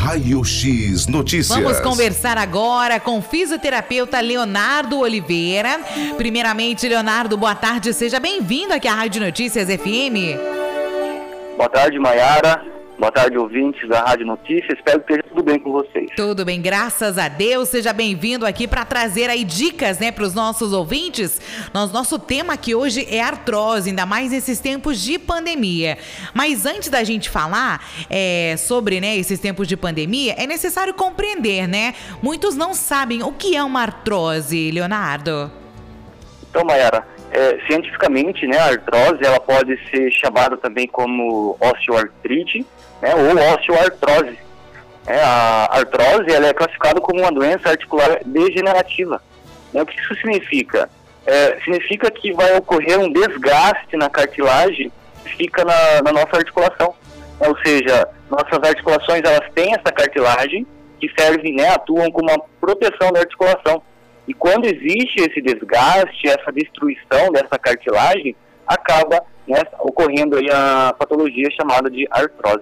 Raio X Notícias. Vamos conversar agora com o fisioterapeuta Leonardo Oliveira. Primeiramente, Leonardo, boa tarde, seja bem-vindo aqui à Rádio Notícias FM. Boa tarde, Maiara. Boa tarde, ouvintes da Rádio Notícias. Espero que esteja tudo bem com vocês. Tudo bem, graças a Deus. Seja bem-vindo aqui para trazer aí dicas, para os nossos ouvintes. Nosso tema aqui hoje é artrose, ainda mais nesses tempos de pandemia. Mas antes da gente falar sobre esses tempos de pandemia, é necessário compreender, Muitos não sabem o que é uma artrose, Leonardo. Então, Maiara, cientificamente, a artrose ela pode ser chamada também como osteoartrite, ou osteoartrose. A artrose ela é classificada como uma doença articular degenerativa. O que isso significa? Significa que vai ocorrer um desgaste na cartilagem que fica na nossa articulação. Ou seja, nossas articulações elas têm essa cartilagem que serve, atuam como uma proteção da articulação. E quando existe esse desgaste, essa destruição dessa cartilagem, acaba ocorrendo aí a patologia chamada de artrose.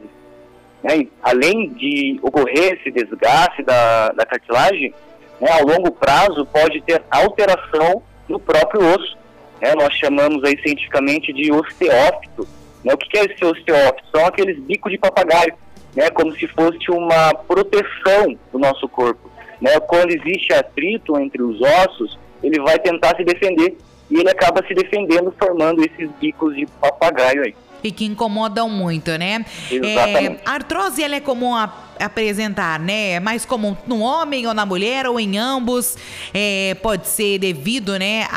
Além de ocorrer esse desgaste da cartilagem, ao longo prazo pode ter alteração no próprio osso. Nós chamamos aí cientificamente de osteófito. O que é esse osteófito? São aqueles bicos de papagaio, como se fosse uma proteção do nosso corpo. Quando existe atrito entre os ossos, ele vai tentar se defender e ele acaba se defendendo formando esses bicos de papagaio aí. E que incomodam muito, Exatamente. A artrose ela é comum apresentar, É mais comum no homem ou na mulher ou em ambos. Pode ser devido,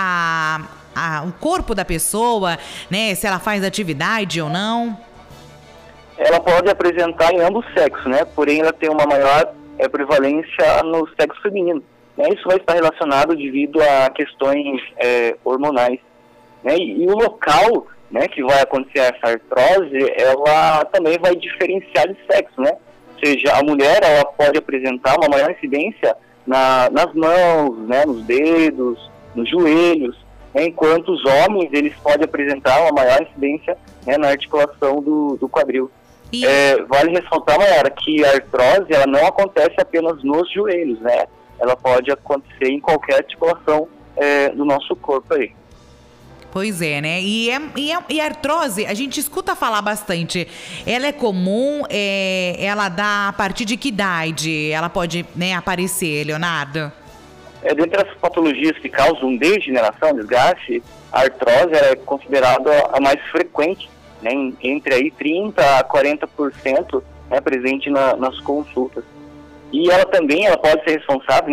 ao corpo da pessoa, se ela faz atividade ou não. Ela pode apresentar em ambos sexos, Porém ela tem uma maior prevalência no sexo feminino. Isso vai estar relacionado devido a questões hormonais. E o local que vai acontecer essa artrose, ela também vai diferenciar de sexo, Ou seja, a mulher ela pode apresentar uma maior incidência nas mãos, nos dedos, nos joelhos, enquanto os homens eles podem apresentar uma maior incidência na articulação do quadril. Vale ressaltar, Mayara, que a artrose ela não acontece apenas nos joelhos, Ela pode acontecer em qualquer articulação do nosso corpo aí. Pois é, E a artrose, a gente escuta falar bastante. Ela é comum, ela dá a partir de que idade ela pode aparecer, Leonardo? Dentre as patologias que causam degeneração, desgaste, a artrose é considerada a mais frequente, entre aí 30% a 40% presente nas consultas. E ela também pode ser responsável,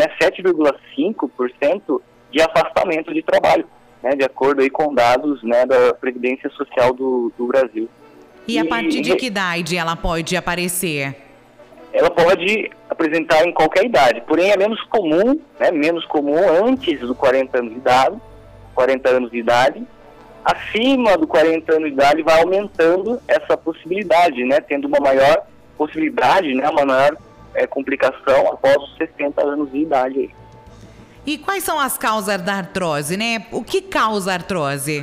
7,5% de afastamento de trabalho, de acordo aí com dados da Previdência Social do Brasil. E a partir de que idade ela pode aparecer? Ela pode apresentar em qualquer idade, porém é menos comum, antes dos 40 anos de idade. Acima do 40 anos de idade vai aumentando essa possibilidade, tendo uma maior possibilidade, uma maior complicação após os 60 anos de idade aí. E quais são as causas da artrose, O que causa a artrose?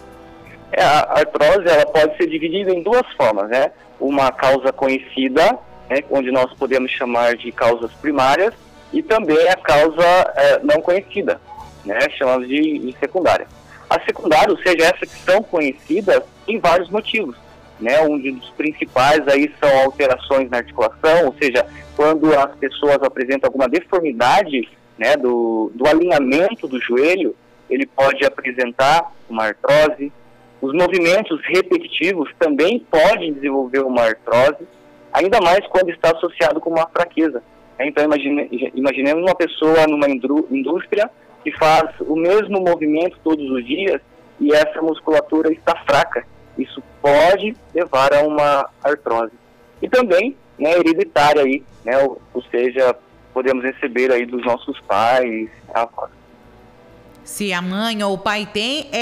A artrose ela pode ser dividida em duas formas, Uma causa conhecida, onde nós podemos chamar de causas primárias, e também a causa não conhecida, chamamos de secundária. A secundária, ou seja, essas que são conhecidas, tem vários motivos, Um dos principais aí são alterações na articulação, ou seja, quando as pessoas apresentam alguma deformidade, do alinhamento do joelho, ele pode apresentar uma artrose. Os movimentos repetitivos também podem desenvolver uma artrose, ainda mais quando está associado com uma fraqueza. Então, imaginemos uma pessoa numa indústria que faz o mesmo movimento todos os dias e essa musculatura está fraca. Isso pode levar a uma artrose. E também, hereditária aí, ou seja, podemos receber aí dos nossos pais, avós. Se a mãe ou o pai tem, é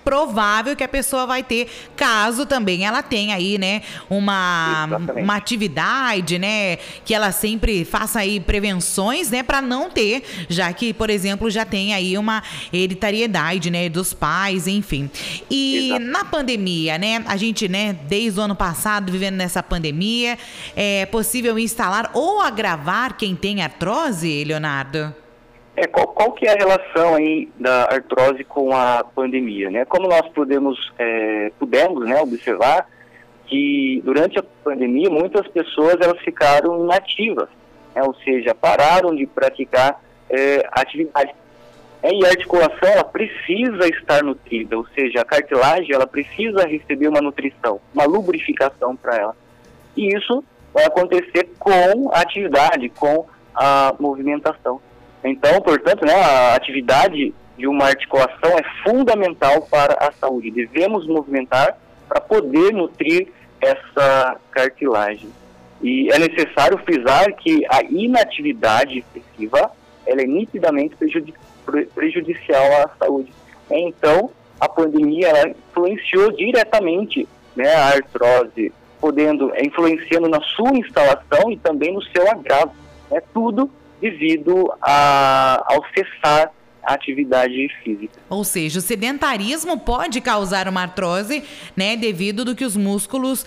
provável que a pessoa vai ter, caso também ela tenha aí, né, uma atividade, né, que ela sempre faça aí prevenções, né, para não ter, já que, por exemplo, já tem aí uma hereditariedade, né, dos pais, enfim. E na pandemia, né, a gente, né, desde o ano passado, vivendo nessa pandemia, é possível instalar ou agravar quem tem artrose, Leonardo? Qual que é a relação aí da artrose com a pandemia, né? Como nós pudemos, né, observar que durante a pandemia muitas pessoas elas ficaram inativas, né? Ou seja, pararam de praticar atividade. E a articulação ela precisa estar nutrida, ou seja, a cartilagem ela precisa receber uma nutrição, uma lubrificação para ela. E isso vai acontecer com a atividade, com a movimentação. Então, portanto, né, a atividade de uma articulação é fundamental para a saúde. Devemos movimentar para poder nutrir essa cartilagem. E é necessário frisar que a inatividade excessiva ela é nitidamente prejudicial à saúde. Então, a pandemia ela influenciou diretamente, né, a artrose, influenciando na sua instalação e também no seu agravo. Né, tudo devido ao cessar a atividade física. Ou seja, o sedentarismo pode causar uma artrose, né, devido do que os músculos,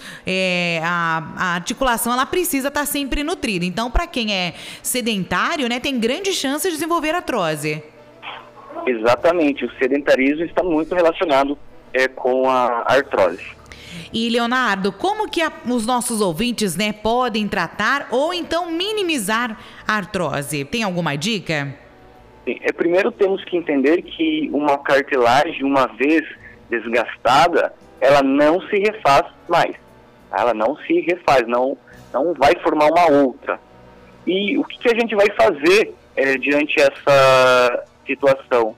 a articulação, ela precisa estar sempre nutrida. Então, para quem é sedentário, né, tem grande chance de desenvolver artrose. Exatamente, o sedentarismo está muito relacionado com a artrose. E, Leonardo, como que os nossos ouvintes, né, podem tratar ou então minimizar a artrose? Tem alguma dica? Sim, primeiro temos que entender que uma cartilagem, uma vez desgastada, ela não se refaz mais. Ela não se refaz, não vai formar uma outra. E o que a gente vai fazer diante dessa situação?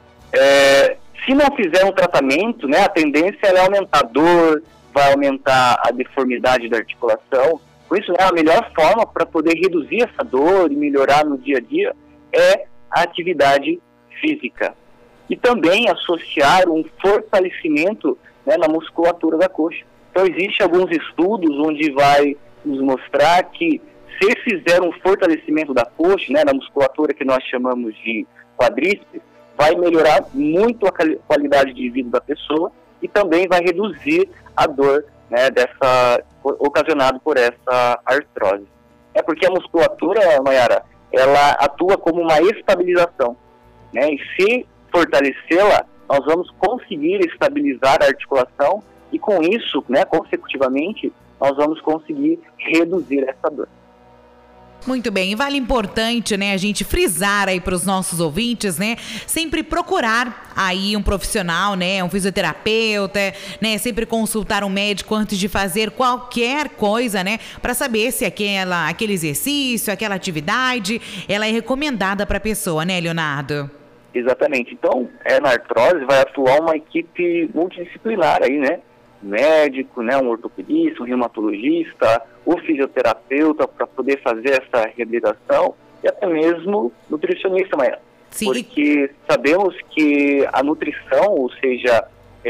Se não fizer um tratamento, né, a tendência é aumentar a dor, vai aumentar a deformidade da articulação. Por isso, né, a melhor forma para poder reduzir essa dor e melhorar no dia a dia é a atividade física. E também associar um fortalecimento, né, na musculatura da coxa. Então, existem alguns estudos onde vai nos mostrar que se fizer um fortalecimento da coxa, né, na musculatura que nós chamamos de quadríceps, vai melhorar muito a qualidade de vida da pessoa e também vai reduzir a dor, né, ocasionada por essa artrose. Porque a musculatura, Mayara, ela atua como uma estabilização, né, e se fortalecê-la, nós vamos conseguir estabilizar a articulação e com isso, né, consecutivamente, nós vamos conseguir reduzir essa dor. Muito bem, e vale importante, né, a gente frisar aí para os nossos ouvintes, né, sempre procurar aí um profissional, né, um fisioterapeuta, né, sempre consultar um médico antes de fazer qualquer coisa, né, para saber se aquele exercício, aquela atividade, ela é recomendada para a pessoa, né, Leonardo? Exatamente. Então, na artrose vai atuar uma equipe multidisciplinar aí, né, médico, né, um ortopedista, um reumatologista, o fisioterapeuta para poder fazer essa reabilitação e até mesmo nutricionista, Maia. Sim. Porque sabemos que a nutrição, ou seja,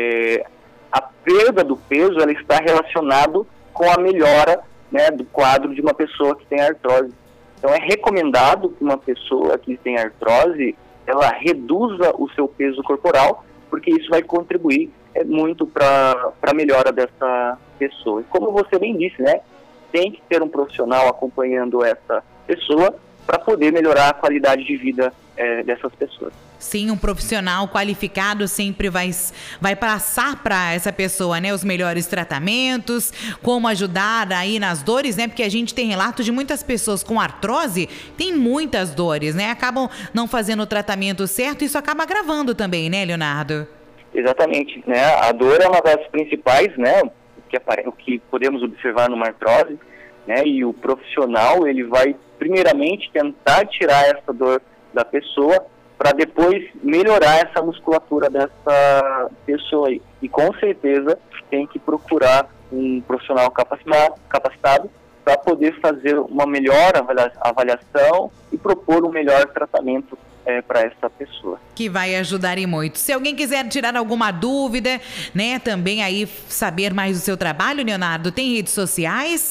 a perda do peso, ela está relacionado com a melhora, né, do quadro de uma pessoa que tem artrose. Então é recomendado que uma pessoa que tem artrose, ela reduza o seu peso corporal, porque isso vai contribuir muito para a melhora dessa pessoa. E como você bem disse, né, tem que ter um profissional acompanhando essa pessoa para poder melhorar a qualidade de vida dessas pessoas. Sim, um profissional qualificado sempre vai passar para essa pessoa, né, os melhores tratamentos, como ajudar aí nas dores, né, porque a gente tem relatos de muitas pessoas com artrose, tem muitas dores, né, acabam não fazendo o tratamento certo e isso acaba agravando também, né, Leonardo? Exatamente, né, a dor é uma das principais, né, o que podemos observar numa artrose, né, e o profissional, ele vai primeiramente tentar tirar essa dor da pessoa para depois melhorar essa musculatura dessa pessoa aí. E com certeza tem que procurar um profissional capacitado para poder fazer uma melhor avaliação e propor um melhor tratamento para essa pessoa. Que vai ajudar e muito. Se alguém quiser tirar alguma dúvida, né, também aí saber mais do seu trabalho, Leonardo, tem redes sociais?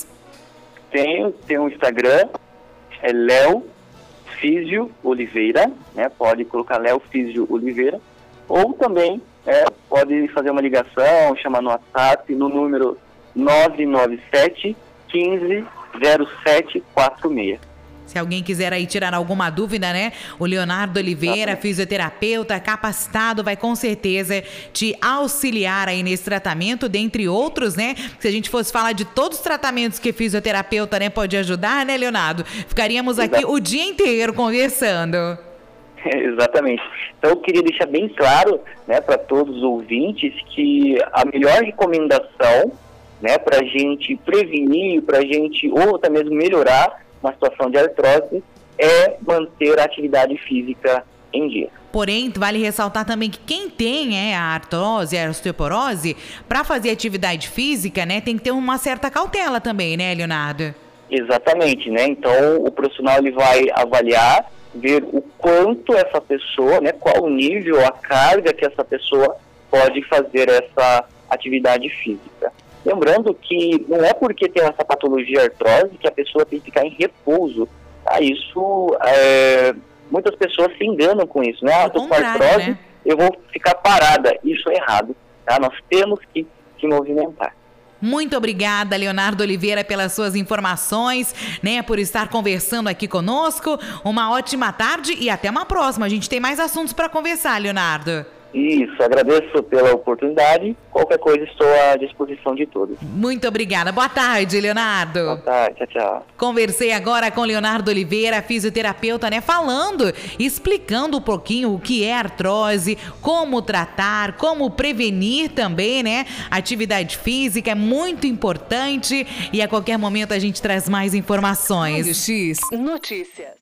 Tem um Instagram, é Léo Físio Oliveira, né? Pode colocar Léo Físio Oliveira, ou também pode fazer uma ligação, chamar no WhatsApp no número 997 15 0746. Se alguém quiser aí tirar alguma dúvida, né? O Leonardo Oliveira, fisioterapeuta, capacitado, vai com certeza te auxiliar aí nesse tratamento, dentre outros, né? Se a gente fosse falar de todos os tratamentos que fisioterapeuta, né, pode ajudar, né, Leonardo? Ficaríamos aqui o dia inteiro conversando. Exatamente. Então eu queria deixar bem claro, né, para todos os ouvintes que a melhor recomendação, né, para a gente prevenir, para a gente ou até mesmo melhorar uma situação de artrose é manter a atividade física em dia. Porém, vale ressaltar também que quem tem a artrose, a osteoporose, para fazer atividade física, né, tem que ter uma certa cautela também, né, Leonardo? Exatamente, né? Então o profissional ele vai avaliar, ver o quanto essa pessoa, né, qual o nível, a carga que essa pessoa pode fazer essa atividade física. Lembrando que não é porque tem essa patologia artrose que a pessoa tem que ficar em repouso. Tá? Isso, muitas pessoas se enganam com isso, né? Estou com artrose, né? Eu vou ficar parada. Isso é errado. Tá? Nós temos que movimentar. Muito obrigada, Leonardo Oliveira, pelas suas informações, né, por estar conversando aqui conosco. Uma ótima tarde e até uma próxima. A gente tem mais assuntos para conversar, Leonardo. Isso, agradeço pela oportunidade. Qualquer coisa estou à disposição de todos. Muito obrigada. Boa tarde, Leonardo. Boa tarde, tchau, tchau. Conversei agora com Leonardo Oliveira, fisioterapeuta, né, falando, explicando um pouquinho o que é artrose, como tratar, como prevenir também, né? Atividade física é muito importante e a qualquer momento a gente traz mais informações. Rádio X Notícias.